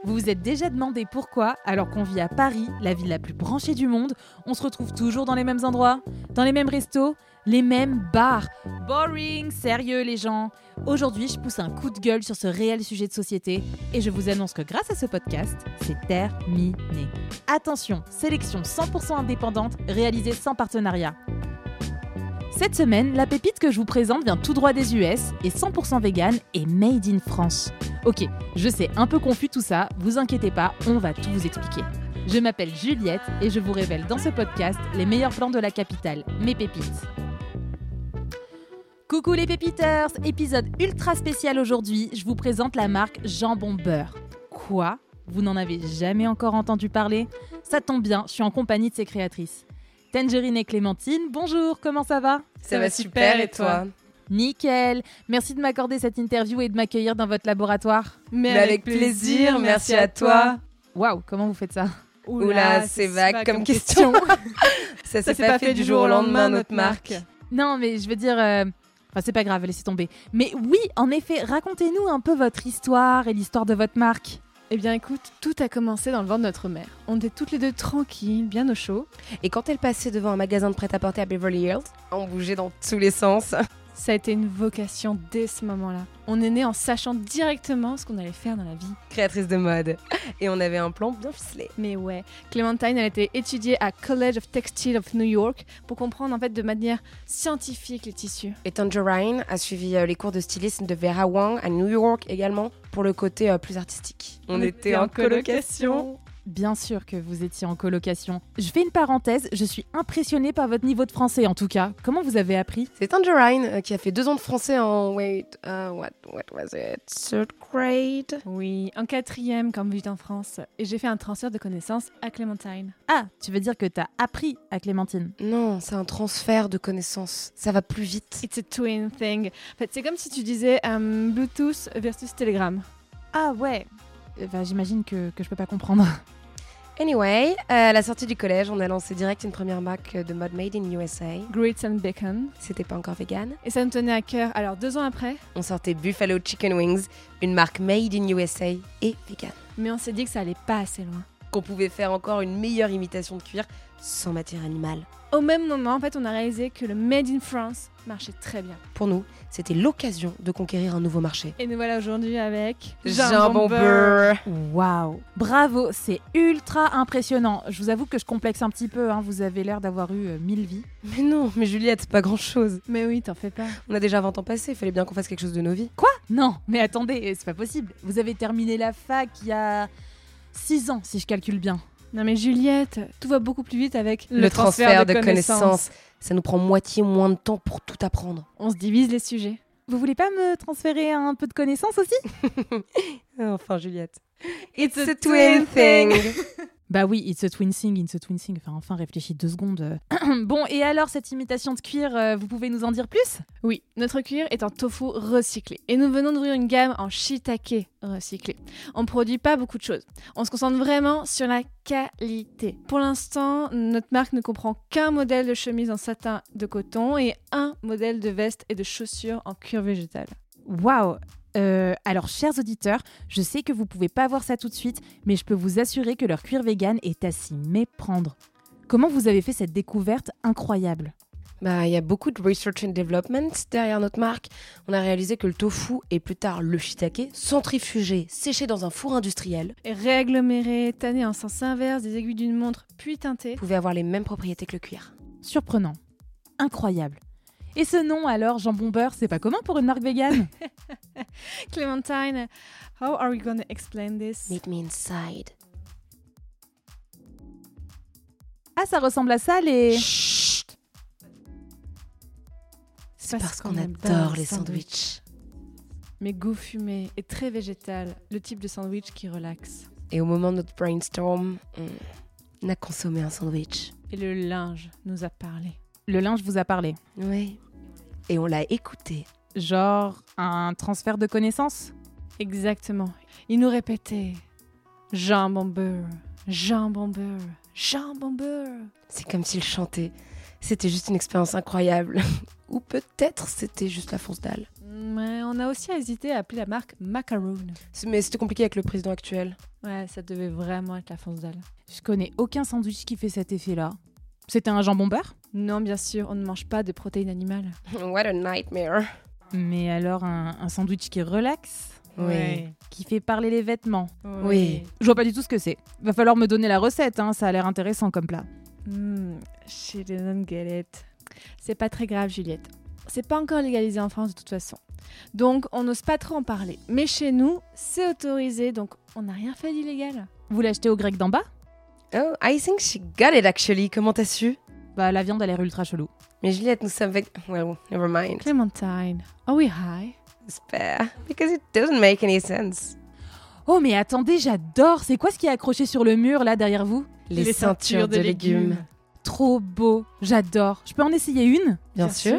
Vous vous êtes déjà demandé pourquoi, alors qu'on vit à Paris, la ville la plus branchée du monde, on se retrouve toujours dans les mêmes endroits, dans les mêmes restos, les mêmes bars. Boring, sérieux les gens. Aujourd'hui, je pousse un coup de gueule sur ce réel sujet de société et je vous annonce que grâce à ce podcast, c'est terminé. Attention, sélection 100% indépendante, réalisée sans partenariat. Cette semaine, la pépite que je vous présente vient tout droit des US, est 100% vegan et made in France. Ok, je sais, un peu confus tout ça, vous inquiétez pas, on va tout vous expliquer. Je m'appelle Juliette et je vous révèle dans ce podcast les meilleurs plans de la capitale, mes pépites. Coucou les pépiteurs, épisode ultra spécial aujourd'hui, je vous présente la marque Jambon Beurre. Quoi ? Vous n'en avez jamais encore entendu parler ? Ça tombe bien, je suis en compagnie de ses créatrices. Tangerine et Clémentine, bonjour, comment ça va ? Ça va super et toi ? Nickel. Merci de m'accorder cette interview et de m'accueillir dans votre laboratoire. Mais avec plaisir, merci à toi. Waouh, comment vous faites ça ? Oula, c'est vague comme question. ça s'est pas fait du jour au lendemain, notre marque. Non, mais je veux dire... Enfin, c'est pas grave, laissez tomber. Mais oui, en effet, racontez-nous un peu votre histoire et l'histoire de votre marque. Eh bien écoute, tout a commencé dans le ventre de notre mère. On était toutes les deux tranquilles, bien au chaud. Et quand elle passait devant un magasin de prêt-à-porter à Beverly Hills, on bougeait dans tous les sens. Ça a été une vocation dès ce moment-là. On est né en sachant directement ce qu'on allait faire dans la vie. Créatrice de mode. Et on avait un plan bien ficelé. Mais ouais, Clémentine, elle a été étudiée à College of Textile of New York pour comprendre en fait de manière scientifique les tissus. Et Tangerine a suivi les cours de stylisme de Vera Wang à New York également pour le côté plus artistique. On était en colocation. Bien sûr que vous étiez en colocation. Je fais une parenthèse, je suis impressionnée par votre niveau de français en tout cas. Comment vous avez appris ? C'est Tangerine qui a fait 2 ans de français en... what was it? 3rd grade? Oui, en 4e comme vous dites en France. Et j'ai fait un transfert de connaissances à Clémentine. Ah, tu veux dire que t'as appris à Clémentine ? Non, c'est un transfert de connaissances. Ça va plus vite. It's a twin thing. En fait, c'est comme si tu disais Bluetooth versus Telegram. Ah ouais. Enfin, j'imagine que je peux pas comprendre. Anyway, à la sortie du collège, on a lancé direct une première marque de mode made in USA. Grits and Bacon. C'était pas encore vegan. Et ça nous tenait à cœur. Alors 2 ans après, on sortait Buffalo Chicken Wings, une marque made in USA et vegan. Mais on s'est dit que ça allait pas assez loin. Qu'on pouvait faire encore une meilleure imitation de cuir sans matière animale. Au même moment, en fait, on a réalisé que le Made in France marchait très bien. Pour nous, c'était l'occasion de conquérir un nouveau marché. Et nous voilà aujourd'hui avec Jambon Beurre. Waouh, bravo, c'est ultra impressionnant. Je vous avoue que je complexe un petit peu, hein. Vous avez l'air d'avoir eu 1000 vies. Mais non, mais Juliette, c'est pas grand-chose. Mais oui, t'en fais pas. On a déjà 20 ans passés, il fallait bien qu'on fasse quelque chose de nos vies. Quoi ? Non, mais attendez, c'est pas possible. Vous avez terminé la fac il y a 6 ans, si je calcule bien. Non mais Juliette, tout va beaucoup plus vite avec le transfert de connaissances. Ça nous prend moitié moins de temps pour tout apprendre. On se divise les sujets. Vous voulez pas me transférer un peu de connaissances aussi ? Enfin Juliette. It's a twin thing. Bah oui, it's a twin thing. Enfin, réfléchis 2 secondes. Bon, et alors, cette imitation de cuir, vous pouvez nous en dire plus ? Oui, notre cuir est en tofu recyclé. Et nous venons d'ouvrir une gamme en shiitake recyclé. On ne produit pas beaucoup de choses. On se concentre vraiment sur la qualité. Pour l'instant, notre marque ne comprend qu'un modèle de chemise en satin de coton et un modèle de veste et de chaussures en cuir végétal. Waouh ! Alors, chers auditeurs, je sais que vous pouvez pas voir ça tout de suite, mais je peux vous assurer que leur cuir vegan est à s'y méprendre. Comment vous avez fait cette découverte incroyable ? Bah, il y a beaucoup de research and development derrière notre marque. On a réalisé que le tofu et plus tard le shiitake, centrifugé, séché dans un four industriel, et réaggloméré, tanné en sens inverse des aiguilles d'une montre puis teinté, pouvaient avoir les mêmes propriétés que le cuir. Surprenant. Incroyable. Et ce nom alors, Jambon Beurre, c'est pas commun pour une marque végane ? Clémentine, how are we gonna explain this? Meet me inside. Ah, ça ressemble à ça, les... Chut. C'est parce qu'on adore les sandwichs. Mais goût fumé et très végétal, le type de sandwich qui relaxe. Et au moment de notre brainstorm, on a consommé un sandwich. Et le linge nous a parlé. Le linge vous a parlé ? Oui. Et on l'a écouté. Genre un transfert de connaissances ? Exactement. Il nous répétait « Jambon beurre, jambon beurre, jambon beurre ». C'est comme s'il chantait. C'était juste une expérience incroyable. Ou peut-être c'était juste la fonce dalle. Mais on On a aussi hésité à appeler la marque Macaroon. Mais c'était compliqué avec le président actuel. Ouais, ça devait vraiment être la force dalle. Je connais aucun sandwich qui fait cet effet-là. C'était un jambon beurre ? Non, bien sûr, on ne mange pas de protéines animales. What a nightmare. Mais alors un sandwich qui relaxe ? Oui. Ouais. Qui fait parler les vêtements ? Oui. Je vois pas du tout ce que c'est. Va falloir me donner la recette, hein, ça a l'air intéressant comme plat. She didn't get it. C'est pas très grave, Juliette. C'est pas encore légalisé en France de toute façon. Donc, on n'ose pas trop en parler. Mais chez nous, c'est autorisé, donc on n'a rien fait d'illégal. Vous l'achetez au grec d'en bas ? Oh, I think she got it actually. Comment t'as su? Bah la viande a l'air ultra chelou. Mais Juliette, nous sommes avec... Well, never mind. Clémentine, are we high? J'espère. Because it doesn't make any sense. Oh mais attendez, j'adore. C'est quoi ce qui est accroché sur le mur là derrière vous ? Les ceintures de légumes. Trop beau, j'adore. Je peux en essayer une ? Bien sûr.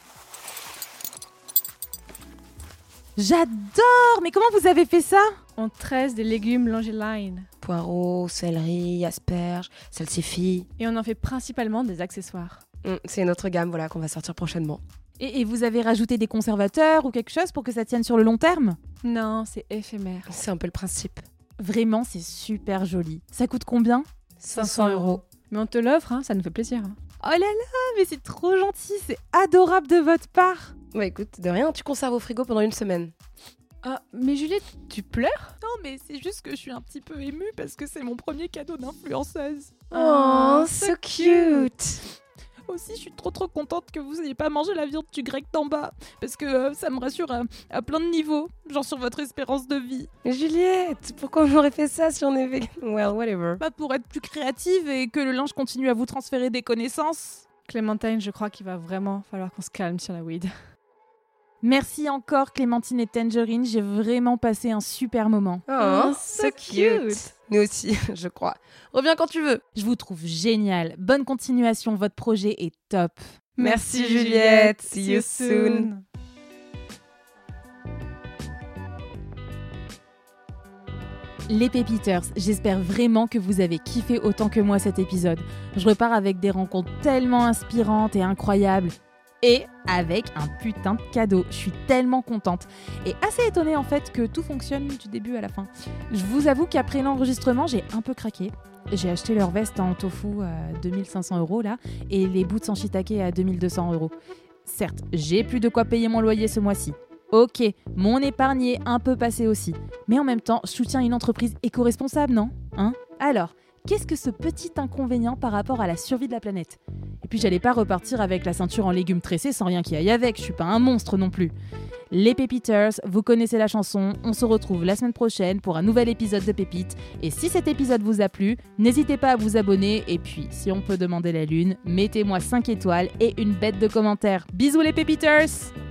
J'adore. Mais comment vous avez fait ça ? On tresse des légumes Longeline. Poireaux, céleri, asperges, salsifis. Et on en fait principalement des accessoires. C'est une autre gamme voilà, qu'on va sortir prochainement. Et vous avez rajouté des conservateurs ou quelque chose pour que ça tienne sur le long terme ? Non, c'est éphémère. C'est un peu le principe. Vraiment, c'est super joli. Ça coûte combien ? 500 €. Mais on te l'offre, hein, ça nous fait plaisir. Oh là là, mais c'est trop gentil, c'est adorable de votre part. Bah écoute, de rien, tu conserves au frigo pendant 1 semaine. Ah, mais Juliette, tu pleures? Non, mais c'est juste que je suis un petit peu émue parce que c'est mon premier cadeau d'influenceuse. Oh, so cute. Aussi, je suis trop contente que vous n'ayez pas mangé la viande du grec d'en bas parce que ça me rassure à plein de niveaux, genre sur votre espérance de vie. Mais Juliette, pourquoi on aurait fait ça si on est vegan? Well, whatever. Bah pour être plus créative et que le linge continue à vous transférer des connaissances. Clémentine, je crois qu'il va vraiment falloir qu'on se calme sur la weed. Merci encore Clémentine et Tangerine, j'ai vraiment passé un super moment. Oh, so cute. Nous aussi, je crois. Reviens quand tu veux. Je vous trouve génial. Bonne continuation, votre projet est top. Merci Juliette. See you soon. Les Pépiteurs, j'espère vraiment que vous avez kiffé autant que moi cet épisode. Je repars avec des rencontres tellement inspirantes et incroyables. Et avec un putain de cadeau. Je suis tellement contente. Et assez étonnée en fait que tout fonctionne du début à la fin. Je vous avoue qu'après l'enregistrement, j'ai un peu craqué. J'ai acheté leur veste en tofu à 2500 € là, et les boots en shiitake à 2200 €. Certes, j'ai plus de quoi payer mon loyer ce mois-ci. Ok, mon épargne est un peu passée aussi. Mais en même temps, je soutiens une entreprise éco-responsable, non ? Hein ? Alors, qu'est-ce que ce petit inconvénient par rapport à la survie de la planète ? Et puis j'allais pas repartir avec la ceinture en légumes tressés sans rien qui aille avec, je suis pas un monstre non plus. Les Pépiteurs, vous connaissez la chanson, on se retrouve la semaine prochaine pour un nouvel épisode de Pépites. Et si cet épisode vous a plu, n'hésitez pas à vous abonner. Et puis, si on peut demander la lune, mettez-moi 5 étoiles et une bête de commentaires. Bisous les Pépiteurs!